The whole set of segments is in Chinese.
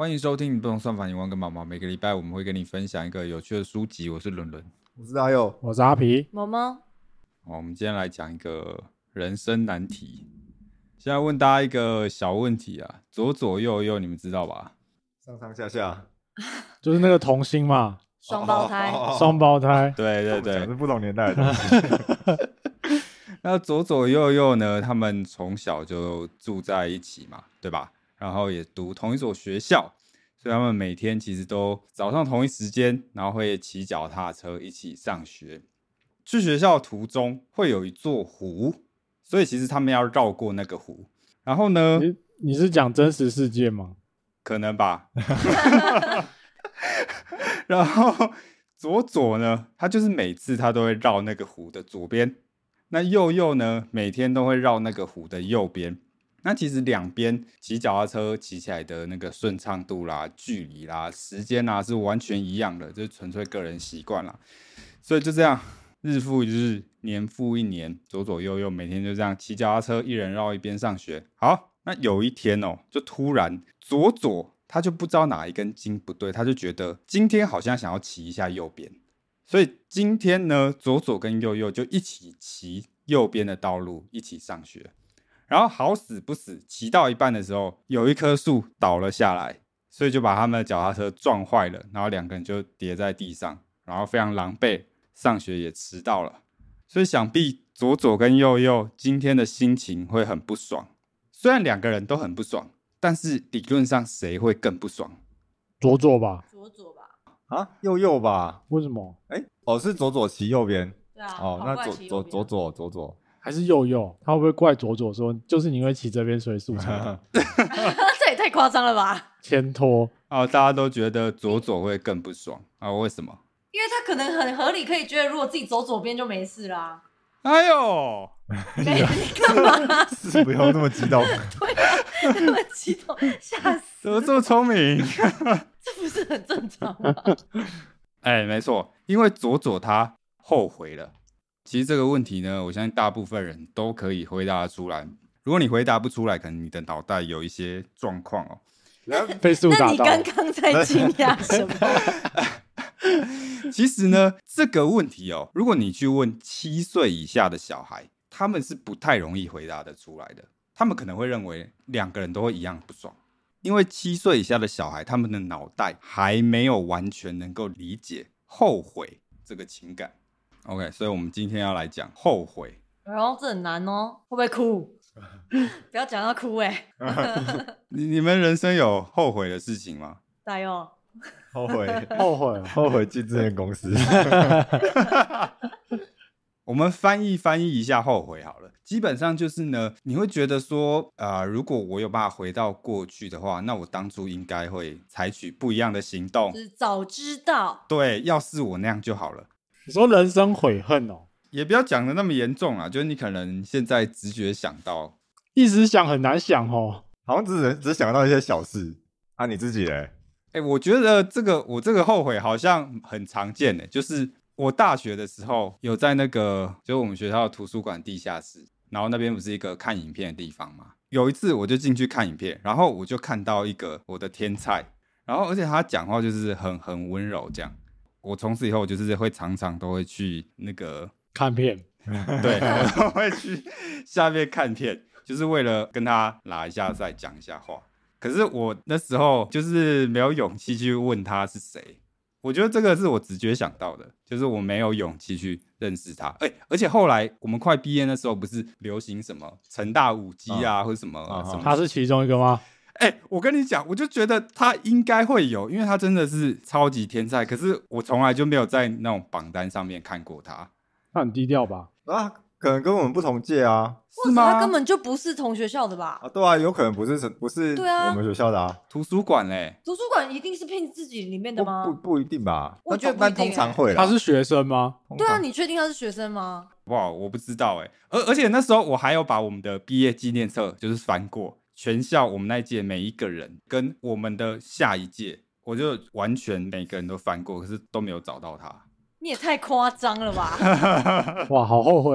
欢迎收听不同算法，你玩个毛毛。每个礼拜我们会跟你分享一个有趣的书籍。我是伦伦， 我是阿佑， 我是阿皮。 毛毛， 我们今天来讲一个人生难题。现在问大家一个小问题啊，左左右右，你们知道吧？ 上上下下， 就是那个童星嘛， 双胞胎， 双胞胎。 对对对， 是不同年代的东西。 那左左右右呢？他们从小就住在一起嘛，对吧？然后也读同一所学校，所以他们每天其实都早上同一时间，然后会骑脚踏车一起上学。去学校途中会有一座湖，所以其实他们要绕过那个湖。然后呢， 你是讲真实世界吗？ 可能吧。然后左左呢，他就是每次他都会绕那个湖的左边，那右右呢，每天都会绕那个湖的右边。那其实两边骑脚踏车骑起来的那个顺畅度啦、距离啦、时间啦是完全一样的，就是纯粹个人习惯啦。所以就这样日复一日、年复一年，左左右右每天就这样骑脚踏车，一人绕一边上学。好，那有一天哦，就突然左左他就不知道哪一根筋不对，他就觉得今天好像想要骑一下右边，所以今天呢，左左跟右右就一起骑右边的道路，一起上学。然后好死不死，骑到一半的时候，有一棵树倒了下来，所以就把他们的脚踏车撞坏了，然后两个人就跌在地上，然后非常狼狈，上学也迟到了。所以想必左左跟右右今天的心情会很不爽。虽然两个人都很不爽，但是理论上谁会更不爽？ 左左吧？ 左左吧？ 啊，右右吧？ 为什么？ 是左左骑右边。 对啊， 那跑过来骑右边左左。 还是右右？他会不会怪左左说，就是你会骑这边所以速成？ 这也太夸张了吧？ 牵拖大家都觉得左左会更不爽啊？为什么？ 因为他可能很合理，可以觉得如果自己走左边就没事啦。 哎呦， 你干嘛？ 是不用那么激动。 对啊，那么激动，吓死！ 怎么这么聪明？ 这不是很正常吗？ 没错，因为左左他后悔了。其实这个问题呢，我相信大部分人都可以回答出来。如果你回答不出来，可能你的脑袋有一些状况哦。 被树打到。 那你刚刚在惊讶什么？ 其实呢，这个问题哦，如果你去问7岁以下的小孩，他们是不太容易回答得出来的。他们可能会认为两个人都会一样不爽，因为7岁以下的小孩，他们的脑袋还没有完全能够理解后悔这个情感。OK， 所以我们今天要来讲后悔。 然后这很难哦，会不会哭？不要讲到哭你们人生有后悔的事情吗？ 加油！ 后悔后悔进这间公司。 我们翻译一下后悔好了。基本上就是呢，你会觉得说，如果我有办法回到过去的话，那我当初应该会采取不一样的行动。 就是早知道。 对，要是我那样就好了。 你说人生悔恨哦？ 也不要讲的那么严重啊，就是你可能现在直觉想到， 一时想很难想哦。 好像只想到一些小事啊，你自己嘞？ 我觉得我这个后悔好像很常见的，就是我大学的时候有在那个就是我们学校的图书馆地下室，然后那边不是一个看影片的地方嘛。有一次我就进去看影片，然后我就看到一个我的天菜，然后而且他讲话就是很温柔这样。我从此以后就是会常常都会去那个看片， 对，我都会去下面看片，就是为了跟他拉一下再讲一下话。可是我那时候就是没有勇气去问他是谁，我觉得这个是我直觉想到的，就是我没有勇气去认识他。而且后来我们快毕业那时候，不是流行什么成大5G啊，或者什么什么， 他是其中一个吗？ 我跟你讲，我就觉得他应该会有，因为他真的是超级天才。可是我从来就没有在那种榜单上面看过他。 他很低调吧？ 啊，可能跟我们不同届啊。 或者他根本就不是同学校的吧？ 对啊，有可能不是对啊我们学校的啊。 图书馆嘞， 图书馆一定是聘自己里面的吗？ 不一定吧？ 我觉得不一定但通常会啦。 他是学生吗？ 对啊，你确定他是学生吗？ 哇，我不知道而且那时候我还有把我们的毕业纪念册就是翻过，全校我们那一届每一个人跟我们的下一届，我就完全每个人都翻过，可是都没有找到他。 你也太夸张了吧！ 哇，好后悔哦！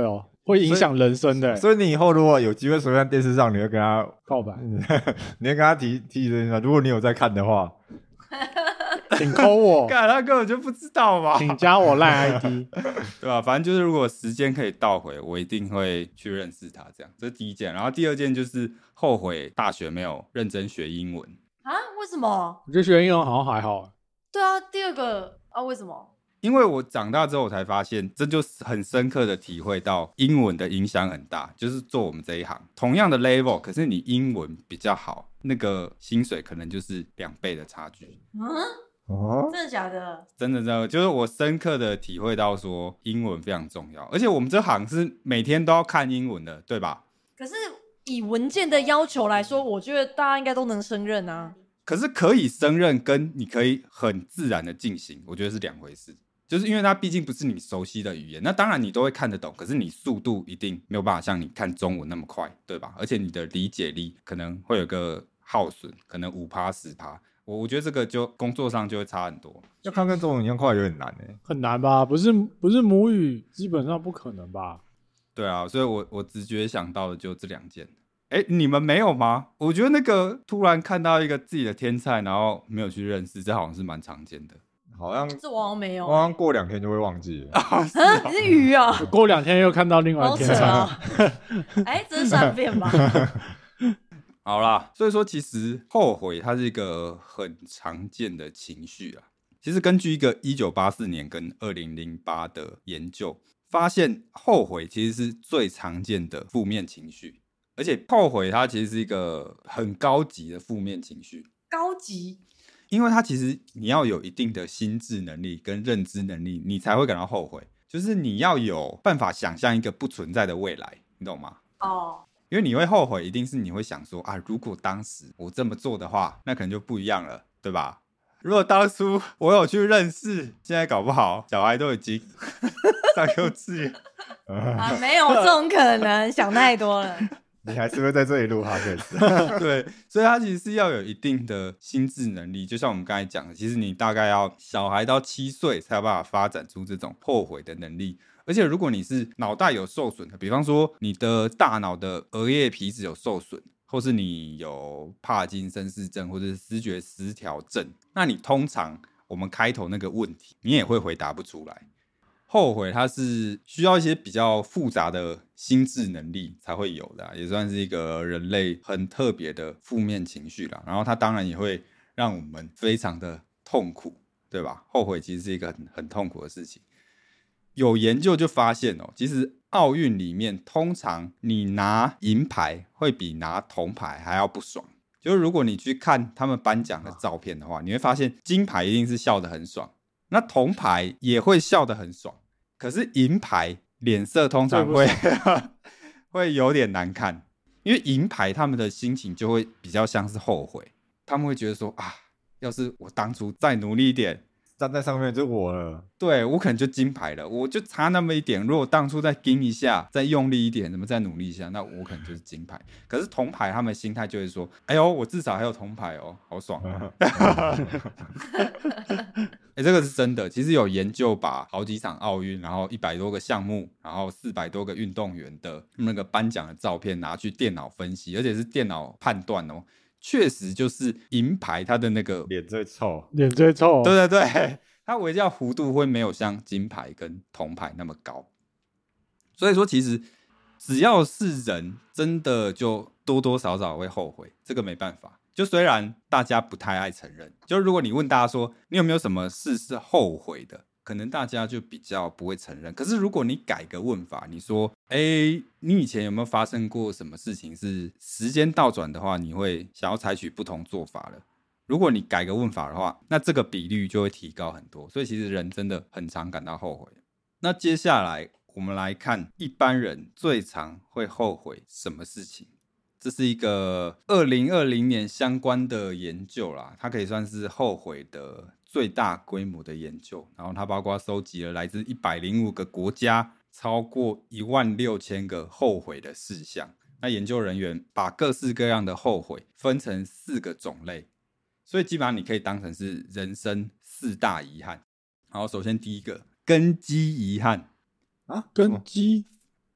会影响人生的、 所以你以后如果有机会出现在电视上，你会跟他， 告白， 你会跟他提这件事。如果你有在看的话， 请扣我， 干他根本就不知道嘛， 请加我赖 ID。 对吧？反正就是如果时间可以倒回，我一定会去认识他，这样这是第一件。然后第二件就是后悔大学没有认真学英文。 啊？为什么？ 我觉得学英文好像还好， 对啊，第二个啊，为什么？ 因为我长大之后，我才发现，这就是很深刻的体会到英文的影响很大。就是做我们这一行，同样的 level， 可是你英文比较好，那个薪水可能就是2倍的差距。 哦， 真的假的？ 真的，就是我深刻的体会到说，英文非常重要，而且我们这行是每天都要看英文的，对吧？ 可是以文件的要求来说，我觉得大家应该都能胜任啊。 可是可以胜任跟你可以很自然的进行，我觉得是2回事。就是因为它毕竟不是你熟悉的语言，那当然你都会看得懂，可是你速度一定没有办法像你看中文那么快，对吧？而且你的理解力可能会有个耗损，可能5%、10%。我觉得这个就工作上就会差很多。 要看跟中文一样快有点难很难吧？不是母语，基本上不可能吧？ 对啊，所以我直觉想到的就这2件。你们没有吗？我觉得那个突然看到一个自己的天菜，然后没有去认识，这好像是蛮常见的。 好像这我好像没有、 我好像过2天就会忘记了。 啊，你是鱼啊？ 过2天又看到另外一好扯天菜， 啊！这是善变吧？ 好啦，所以说其实后悔它是一个很常见的情绪啊。其实根据一个1984年跟2008的研究，发现后悔其实是最常见的负面情绪，而且后悔它其实是一个很高级的负面情绪。 高级？ 因为它其实你要有一定的心智能力跟认知能力，你才会感到后悔。就是你要有办法想象一个不存在的未来，你懂吗？ 哦， 因为你会后悔，一定是你会想说啊，如果当时我这么做的话，那可能就不一样了，对吧？如果当初我有去认识，现在搞不好小孩都已经上幼稚园啊，没有这种可能，想太多了。 你还是会在这里录 podcast。 对，所以他其实是要有一定的心智能力，就像我们刚才讲的，其实你大概要小孩到7岁才有办法发展出这种后悔的能力。而且如果你是脑袋有受损的，比方说你的大脑的额叶皮质有受损，或是你有帕金森氏症或者是思觉失调症，那你通常我们开头那个问题你也会回答不出来。后悔它是需要一些比较复杂的心智能力才会有的也算是一个人类很特别的负面情绪啦。然后它当然也会让我们非常的痛苦，对吧？后悔其实是一个很痛苦的事情。有研究就发现其实奥运里面通常你拿银牌会比拿铜牌还要不爽。就是如果你去看他们颁奖的照片的话，你会发现金牌一定是笑得很爽，那铜牌也会笑得很爽，可是银牌脸色通常会会有点难看，因为银牌他们的心情就会比较像是后悔，他们会觉得说啊，要是我当初再努力一点， 站在上面就我了， 对，我可能就金牌了，我就差那么一点，如果当初再盯一下，再用力一点，怎么再努力一下，那我可能就是金牌。可是铜牌他们心态就会说，哎呦，我至少还有铜牌哦，好爽这个是真的。其实有研究把好几场奥运，然后100多个项目，然后400多个运动员的那个颁奖的照片拿去电脑分析，而且是电脑判断确实就是银牌它的那个脸最臭， 脸最臭。 对对对，它微笑弧度会没有像金牌跟铜牌那么高。所以说其实只要是人，真的就多多少少会后悔，这个没办法。就虽然大家不太爱承认，就如果你问大家说你有没有什么事是后悔的，可能大家就比较不会承认。可是如果你改个问法，你说你以前有没有发生过什么事情是时间倒转的话，你会想要采取不同做法了？如果你改个问法的话，那这个比率就会提高很多。所以其实人真的很常感到后悔。那接下来我们来看一般人最常会后悔什么事情。这是一个2020年相关的研究啦，它可以算是后悔的最大规模的研究。然后它包括收集了来自105个国家超过16000个后悔的事项。那研究人员把各式各样的后悔分成4个种类，所以基本上你可以当成是人生4大遗憾。好，首先第一个根基遗憾根基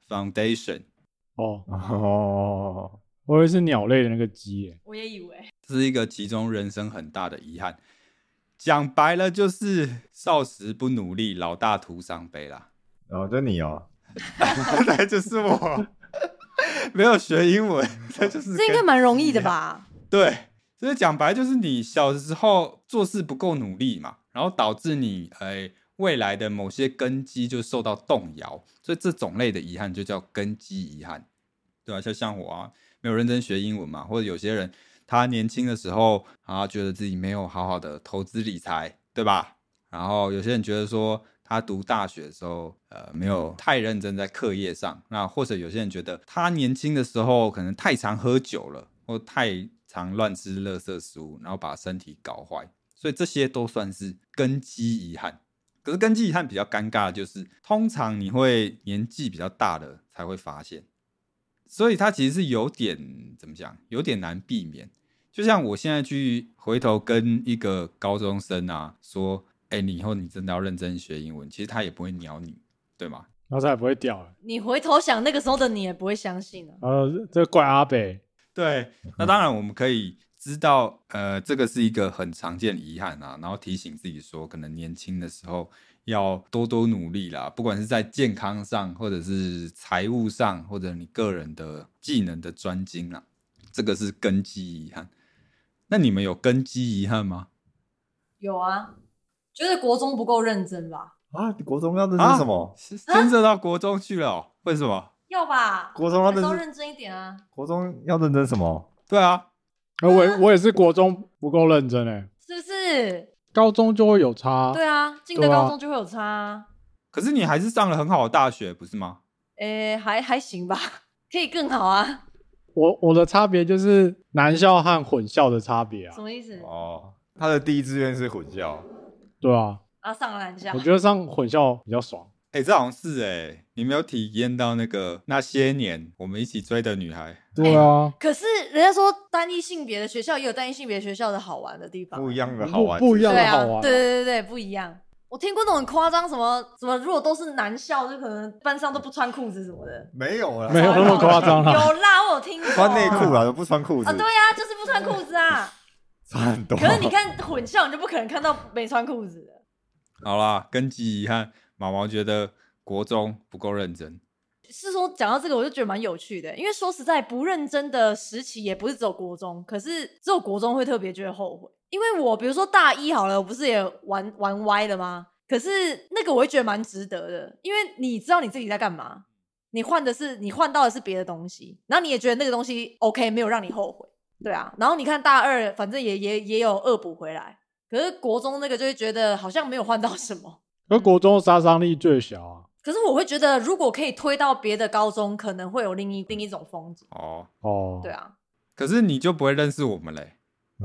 Foundation， 哦， 哦， 我以为是鸟类的那个鸡耶。 我也以为这是一个其中人生很大的遗憾。讲白了就是少时不努力，老大徒伤悲啦。 然后就你哦， 对，就是我，没有学英文，这就是这应该蛮容易的吧？ 对。所以讲白就是你小的时候做事不够努力嘛，然后导致你未来的某些根基就受到动摇，所以这种类的遗憾就叫根基遗憾，对吧？就像我啊，没有认真学英文嘛，或者有些人他年轻的时候啊，觉得自己没有好好的投资理财，对吧？然后有些人觉得说他读大学的时候没有太认真在课业上，那或者有些人觉得他年轻的时候可能太常喝酒了，或太常乱吃垃圾食物，然后把身体搞坏，所以这些都算是根基遗憾。可是根基遗憾比较尴尬的就是，通常你会年纪比较大的才会发现，所以它其实是有点怎么讲，有点难避免。就像我现在去回头跟一个高中生啊说，你以后你真的要认真学英文，其实他也不会鸟你，对吗？ 然后他也不会掉了。 你回头想那个时候的你也不会相信了。 这怪阿北。 对，那当然我们可以知道，这个是一个很常见的遗憾啊，然后提醒自己说，可能年轻的时候要多多努力啦，不管是在健康上，或者是财务上，或者你个人的技能的专精啦，这个是根基遗憾。那你们有根基遗憾吗？ 有啊，觉得国中不够认真吧？ 啊，国中要认真什么？ 真的到国中去了哦？为什么？ 要吧？ 国中要认真， 还是要认真一点啊！ 国中要认真什么？ 对啊， 我也是国中不够认真哎， 是不是？ 高中就会有差。 对啊，进的高中就会有差啊。 可是你还是上了很好的大学，不是吗？ 还行吧，可以更好啊。 我的差别就是男校和混校的差别啊什。么意思？ 哦，他的第一志愿是混校， 对啊， 啊，上了男校我。觉得上混校比较爽。 这好像是你没有体验到那些年我们一起追的女孩。 对啊， 可是人家说单一性别的学校也有单一性别学校的好玩的地方， 不一样的好玩， 不一样对啊， 的好玩。 对对对对，不一样。我听过那种很夸张，什么，如果都是男校，就可能班上都不穿裤子什么的。 没有啦， 没有那么夸张啦。 有啦，我有听过。 穿内裤啦，不穿裤子啊，对啊，就是不穿裤子啊。 差很多。 可是你看混校，你就不可能看到没穿裤子的。 好啦，根基遗憾，毛毛觉得国中不够认真。 是说讲到这个，我就觉得蛮有趣的，因为说实在，不认真的时期也不是只有国中，可是只有国中会特别觉得后悔。因为我比如说大一好了，我不是也玩歪了吗？可是那个我会觉得蛮值得的，因为你知道你自己在干嘛，你换到的是别的东西，然后你也觉得那个东西 OK， 没有让你后悔，对啊。然后你看大二，反正也有恶补回来，可是国中那个就会觉得好像没有换到什么。 而国中杀伤力最小啊。 可是我会觉得，如果可以推到别的高中，可能会有另一种风景。 哦， 对啊。 可是你就不会认识我们嘞？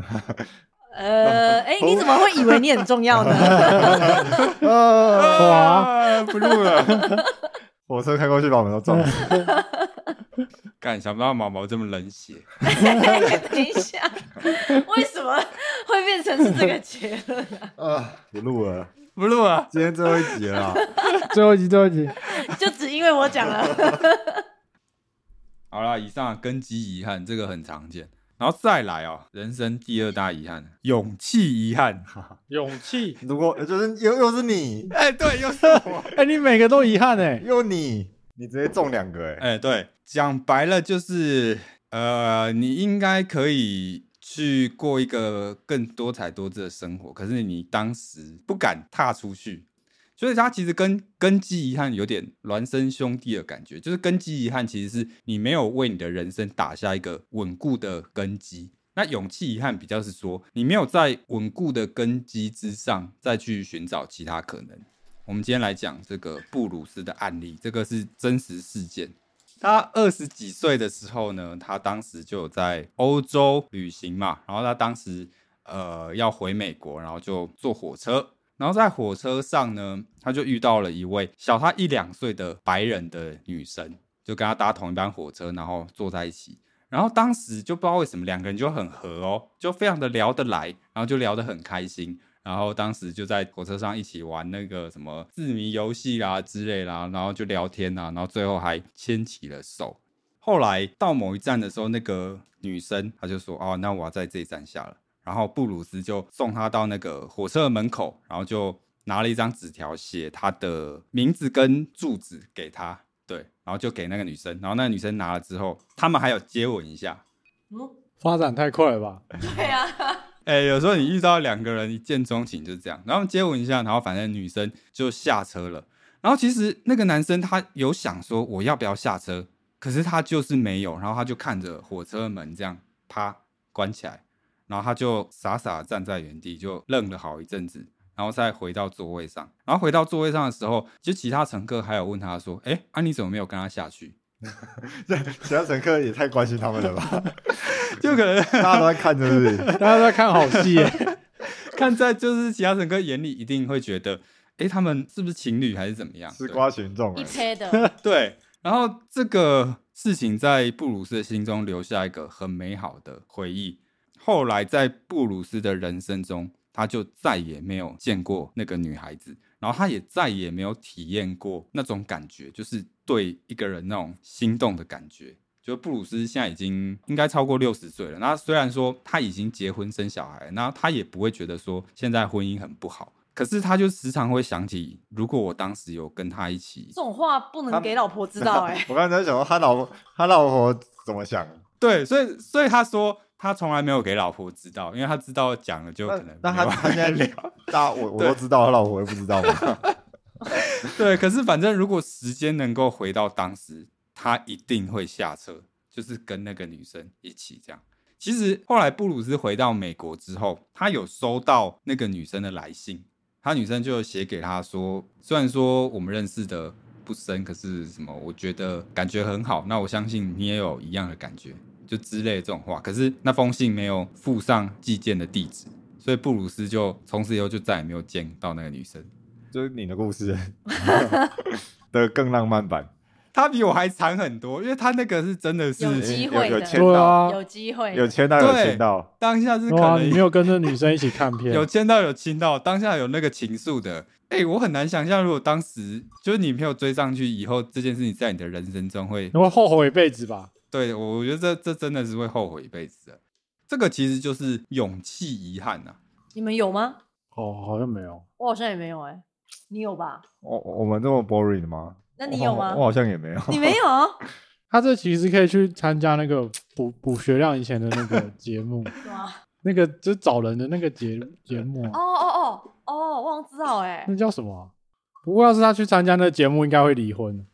你怎么会以为你很重要呢？ 不录了。 火车开过去把我们都撞死。 干，想不到毛毛这么冷血。 等一下，为什么会变成是这个结论啊？ 不录了， 不录了， 今天最后一集了啦。 最后一集， 就只因为我讲了。 好啦，以上的根基遗憾，这个很常见。然后再来人生第二大遗憾，勇气遗憾。 勇气。 如果就是又是你， 对，又是我。 你每个都遗憾哎， 又你直接中2个对，讲白了就是你应该可以去过一个更多彩多姿的生活，可是你当时不敢踏出去。所以它其实跟根基遗憾有点孪生兄弟的感觉，就是根基遗憾其实是你没有为你的人生打下一个稳固的根基，那勇气遗憾比较是说你没有在稳固的根基之上再去寻找其他可能。我们今天来讲这个布鲁斯的案例，这个是真实事件。他20几岁的时候呢，他当时就有在欧洲旅行嘛，然后他当时要回美国，然后就坐火车。然后在火车上呢，他就遇到了一位小他1-2岁的白人的女生，就跟他搭同一班火车，然后坐在一起。然后当时就不知道为什么2个人就很合就非常的聊得来，然后就聊得很开心。 然后当时就在火车上一起玩那个什么字谜游戏啦之类啦，然后就聊天啊，然后最后还牵起了手。后来到某一站的时候，那个女生她就说：“哦，那我要在这一站下了。”然后布鲁斯就送她到那个火车的门口，然后就拿了一张纸条，写她的名字跟住址给她，对，然后就给那个女生。然后那个女生拿了之后，他们还有接吻一下。 发展太快了吧？ 对啊， 有时候你遇到两个人一见钟情就是这样，然后接吻一下，然后反正女生就下车了。然后其实那个男生他有想说我要不要下车，可是他就是没有，然后他就看着火车门这样啪关起来，然后他就傻傻站在原地，就愣了好一阵子，然后再回到座位上。然后回到座位上的时候，就其他乘客还有问他说：“你怎么没有跟他下去？” 其他乘客也太关心他们了吧？ 就可能大家都在看，是不是？ 大家都在看好戏耶。 看在就是其他乘客眼里，一定会觉得，他们是不是情侣还是怎么样？ 吃瓜群众一胚的， 对，然后这个事情在布鲁斯的心中留下一个很美好的回忆。后来在布鲁斯的人生中，他就再也没有见过那个女孩子，然后他也再也没有体验过那种感觉，就是对一个人那种心动的感觉。就布鲁斯现在已经应该超过60岁了，那虽然说他已经结婚生小孩，那他也不会觉得说现在婚姻很不好，可是他就时常会想起，如果我当时有跟他一起， 这种话不能给老婆知道我刚才在想说他老婆怎么想？ 对，所以他说他从来没有给老婆知道，因为他知道讲了就可能那他现在聊，我都知道，他老婆会不知道吗？ 对，可是反正如果时间能够回到当时，他一定会下车，就是跟那个女生一起这样。其实后来布鲁斯回到美国之后，他有收到那个女生的来信，他女生就写给他说，虽然说我们认识的不深，可是什么我觉得感觉很好，那我相信你也有一样的感觉，就之类的这种话。可是那封信没有附上寄件的地址，所以布鲁斯就从此以后就再也没有见到那个女生。 就是你的故事的更浪漫版。 他比我还长很多，因为他那个是真的是有机会的， 有签对啊， 有机会的， 有签到，有签到。 当下是可哇， 能你没有跟着女生一起看片， 有签到有亲到，当下有那个情愫的。我很难想象，如果当时就是你没有追上去，以后这件事情在你的人生中会你会后悔一辈子吧？ 对，我觉得这真的是会后悔一辈子的。这个其实就是勇气遗憾啊。 你们有吗？ 哦，好像没有。 我好像也没有你有吧？ 我们这么 boring 的吗？ 那你有吗？ 我好像也没有。 你没有？ 他这其实可以去参加那个补学亮以前的那个节目， 对吗？ 那个就是找人的那个节目啊。 我忘知道那叫什么啊？不过要是他去参加那个节目，应该会离婚。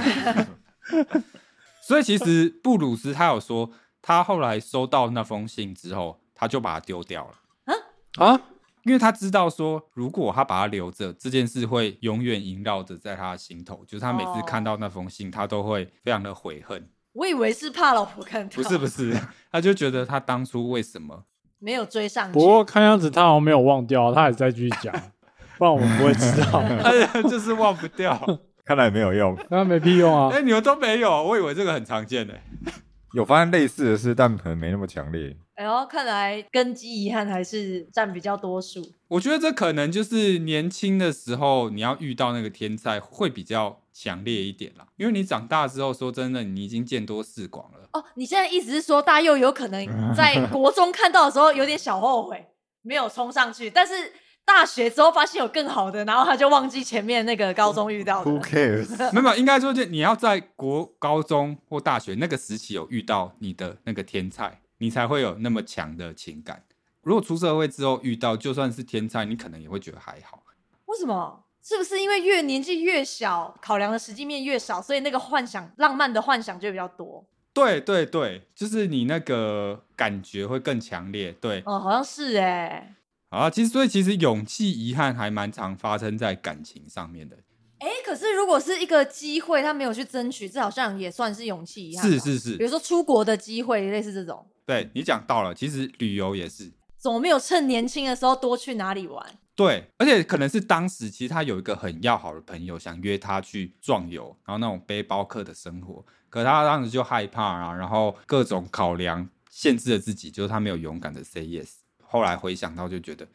所以其实布鲁斯他有说，他后来收到那封信之后，他就把它丢掉了。 啊？ 因为他知道说，如果他把它留着，这件事会永远萦绕着在他的心头，就是他每次看到那封信，他都会非常的悔恨。 我以为是怕老婆看到， 不是，他就觉得他当初为什么没有追上去。 不过看样子他好像没有忘掉，他还在继续讲，不然我们不会知道。 就是忘不掉。 看来没有用。 那没屁用啊！ 你们都没有，我以为这个很常见的。 有发生类似的事，但可能没那么强烈。 看来根基遗憾还是占比较多数。 我觉得这可能就是年轻的时候你要遇到那个天才会比较强烈一点啦，因为你长大之后，说真的，你已经见多识广了。 你现在意思是说，大佑有可能在国中看到的时候有点小后悔，没有冲上去，但是大学之后发现有更好的，然后他就忘记前面那个高中遇到的。 Who cares？ 没有，应该说就你要在高中或大学那个时期有遇到你的那个天才，你才会有那么强的情感。如果出社会之后遇到，就算是天才，你可能也会觉得还好。 为什么？是不是因为年纪越小，考量的实际面越少，所以那个幻想、浪漫的幻想就比较多？ 对对对，就是你那个感觉会更强烈。对， 好像是所以其实勇气、遗憾还蛮常发生在感情上面的。 可是如果是一个机会，他没有去争取，这好像也算是勇气遗憾。 是， 比如说出国的机会，类似这种。 对，你讲到了，其实旅游也是。 怎么没有趁年轻的时候多去哪里玩？ 对，而且可能是当时其实他有一个很要好的朋友想约他去壮游，然后那种背包客的生活，可他当时就害怕啊，然后各种考量限制了自己，就是他没有勇敢的 say yes。后来回想到就觉得，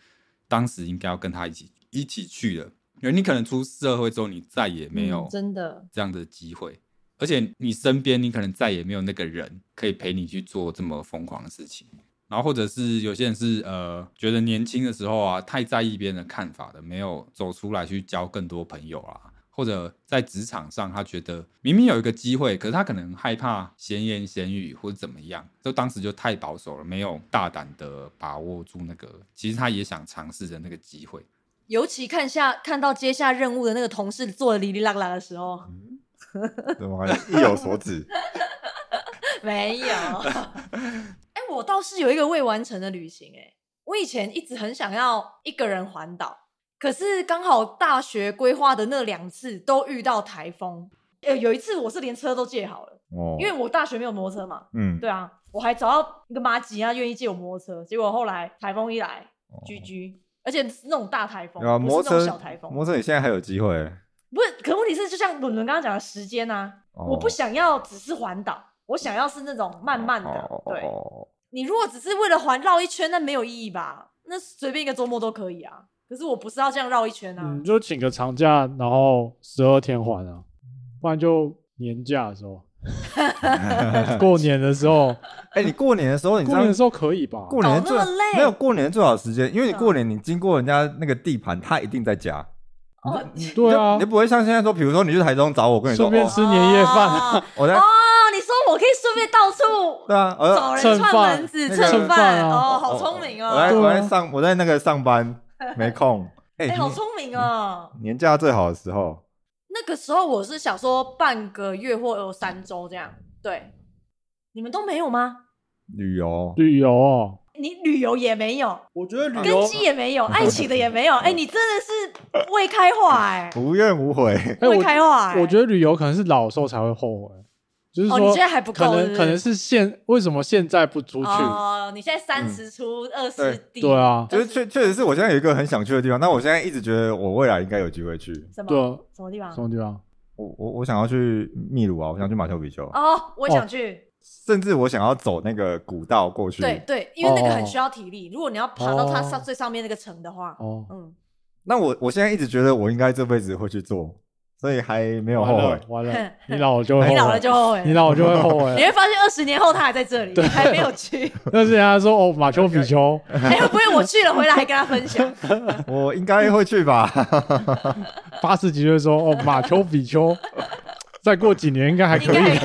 当时应该要跟他一起去了，因为你可能出社会之后，你再也没有真的这样的机会，而且你身边你可能再也没有那个人可以陪你去做这么疯狂的事情。然后或者是有些人是觉得年轻的时候啊太在意别人的看法的，没有走出来去交更多朋友啊，或者在职场上他觉得明明有一个机会，可是他可能害怕闲言闲语或者怎么样，就当时就太保守了，没有大胆的把握住那个其实他也想尝试的那个机会。 尤其看到接下任务的那个同事做的哩哩啦啦的时候， 怎么意有所指？ 没有。我倒是有一个未完成的旅行我以前一直很想要一个人环岛，可是刚好大学规划的那2次都遇到台风。有一次我是连车都借好了，因为我大学没有摩托车嘛。对啊，我还找到一个麻吉啊愿意借我摩托车，结果后来台风一来，GG，而且是那种大台风，不是那种小台风。 摩托车你现在还有机会？ 不是，可问题是就像伦伦刚刚讲的时间啊，我不想要只是环岛，我想要是那种慢慢的。对，你如果只是为了绕一圈，那没有意义吧？那随便一个周末都可以啊。可是我不是要这样绕一圈啊。 你就请个长假，然后12天环啊，不然就年假的时候，过年的时候。 你过年的时候，你过年的时候可以吧？ 过年最没有过年最好的时间，因为你过年你经过人家那个地盘，他一定在家。 对啊， 你不会像现在说，比如说你去台中找我，跟你说顺便吃年夜饭。 你说我可以顺便到处对啊， 找人串门子蹭饭啊。 好聪明哦！ 我在那个上班没空。 好聪明哦！ 年假最好的时候， 那个时候我是想说半个月或有3周这样。对，你们都没有吗？ 旅游哦， 你旅游也没有， 我觉得旅游根基也没有，爱情的也没有。你真的是未开化无怨无悔。 未开化。 我觉得旅游可能是老的时候才会后悔，就是说你现在还不够， 可能是为什么现在不出去？ 你现在30出20底。 对啊， 就是确实是我现在有一个很想去的地方，但我现在一直觉得我未来应该有机会去。 什么地方？ 什么地方？ 我想要去秘鲁啊，我想去马丘比丘。 我也想去。 甚至我想要走那个古道过去。 对，因为那个很需要体力。如果你要爬到它最上面那个城的话， 那我现在一直觉得我应该这辈子会去做，所以还没有后悔。 完了，你老了就会后悔。 你老了就后悔， 你老了就会后悔。 你会发现20年后他还在这里，还没有去。 但是人家说马丘比丘， 会不会我去了回来还跟他分享？ 我应该会去吧。 80几岁说马丘比丘，再过几年应该还可以。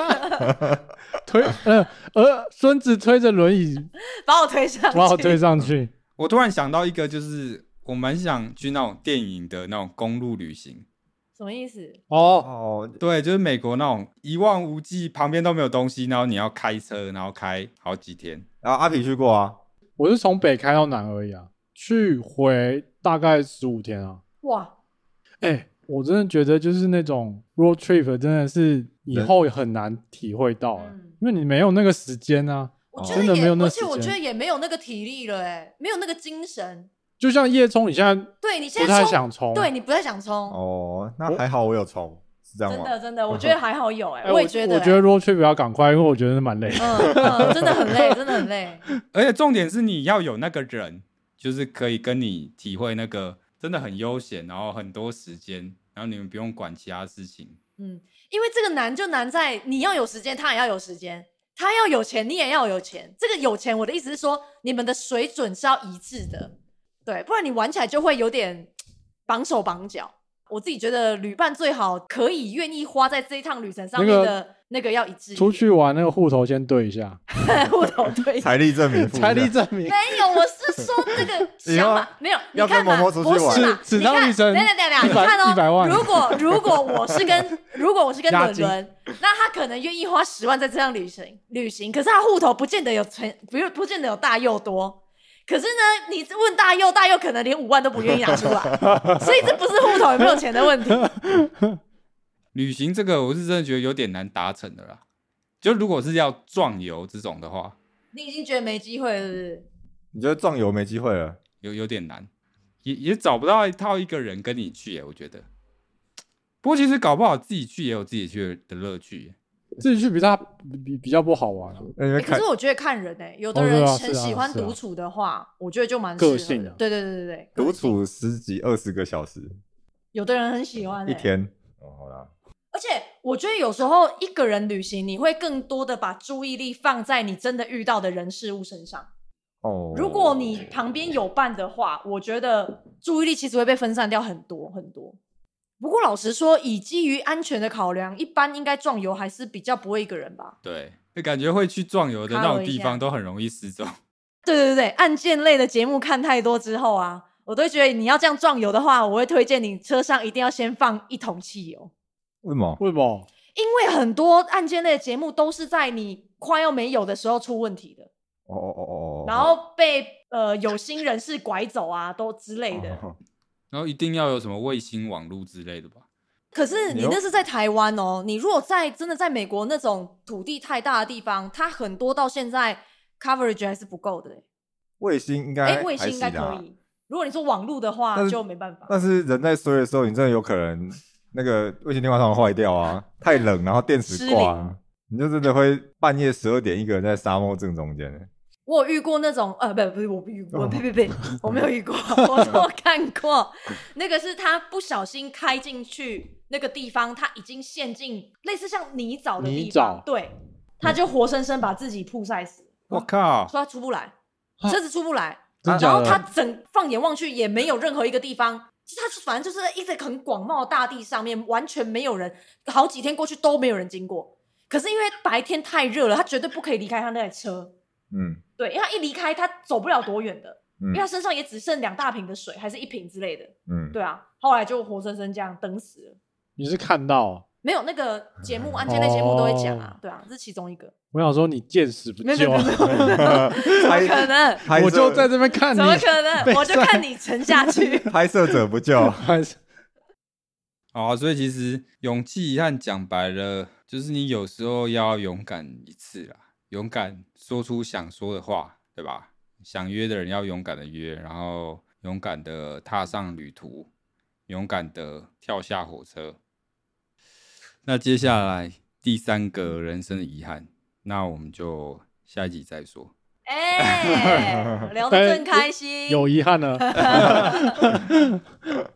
孙子推着轮椅把我推上去。 我突然想到一个，就是我蛮想去那种电影的那种公路旅行。 什么意思？ 对，就是美国那种一望无际，旁边都没有东西，然后你要开车，然后开好几天。 然后阿皮去过啊？ 我是从北开到南而已啊，去回大概15天啊。 哇！ 我真的觉得就是那种 road trip 真的是以后很难体会到因为你没有那个时间啊。真的没有那时间， 而且我觉得也没有那个体力了没有那个精神。 就像夜冲，你现在不太想冲， 对，你不太想冲。 那还好我有冲，是这样吗？ 真的，我觉得还好有我也觉得。 我觉得 road trip 要赶快，因为我觉得蛮累。 真的很累，真的很累。 而且重点是你要有那个人，就是可以跟你体会那个真的很悠闲，然后很多时间，然后你们不用管其他事情。 因为这个难就难在你要有时间，他也要有时间。他要有钱，你也要有钱。这个有钱，我的意思是说，你们的水准是要一致的，对，不然你玩起来就会有点绑手绑脚。我自己觉得旅伴最好可以愿意花在这一趟旅程上面的那个要一致。 出去玩那个户头先对一下， 户头对一下， 财力证明， 财力证明没有，我是说这个想法没有。 要跟嬷嬷出去玩， 只当旅程， 等，你看 100万。 如果我是跟伦伦，那他可能愿意花10万在这趟旅行，可是他户头不见得有钱，不见得有大又多。可是呢，你问大佑可能连5万都不愿意拿出来，所以这不是户头有没有钱的问题。 旅行这个我是真的觉得有点难达成的啦。就如果是要壮游这种的话， 你已经觉得没机会了，是不是？ 你觉得壮游没机会了？ 有点难，也找不到一个人跟你去我觉得。不过其实搞不好自己去也有自己去的乐趣自己去比较不好玩啊。 可是我觉得看人有的人很喜欢独处的话，我觉得就蛮适合的。 个性的。 对， 独处10几20个小时， 有的人很喜欢一天。好啦。 而且我觉得有时候一个人旅行，你会更多的把注意力放在你真的遇到的人事物身上。如果你旁边有伴的话，我觉得注意力其实会被分散掉很多很多。不过老实说，以基于安全的考量，一般应该壮游还是比较不会一个人吧。 对，感觉会去壮游的那种地方都很容易失踪。 对，案件类的节目看太多之后啊，我都觉得你要这样壮游的话，我会推荐你车上一定要先放一桶汽油。 为什么？ 因为很多案件类的节目都是在你快要没有的时候出问题的。然后被有心人士拐走啊，都之类的。 然后一定要有什么卫星网路之类的吧？ 可是你那是在台湾哦，你如果真的在美国那种土地太大的地方，它很多到现在 coverage 还是不够的。 卫星应该卫星应该可以。如果你说网路的话，就没办法。 但是人在衰的时候，你真的有可能那个卫星电话突然坏掉啊，太冷，然后电池挂，你就真的会半夜12点一个人在沙漠正中间。 我有遇过那种不是我不遇过，呸，我没有遇过，我说看过，那个是他不小心开进去那个地方，他已经陷进类似像泥沼的地方，对，他就活生生把自己曝晒死。 我靠！ 说他出不来，车子出不来，然后他放眼望去也没有任何一个地方，他反正就是在一直很广袤的大地上面，完全没有人，好几天过去都没有人经过。可是因为白天太热了，他绝对不可以离开他那台车。对，因为他一离开，他走不了多远的，因为他身上也只剩2大瓶的水，还是1瓶之类的。对啊，后来就活生生这样登死了。 你是看到？ 没有，那个节目案件类节目都会讲啊，对啊，这是其中一个。 我想说你见死不救， 怎么可能？ 我就在这边看你， 怎么可能？我就看你沉下去。 拍摄者不救。 所以其实勇气遗憾讲白了，就是你有时候要勇敢一次啦。勇敢说出想说的话，对吧？想约的人要勇敢的约，然后勇敢的踏上旅途，勇敢的跳下火车。那接下来第3个人生的遗憾，那我们就下一集再说。 聊得真开心， 有遗憾了。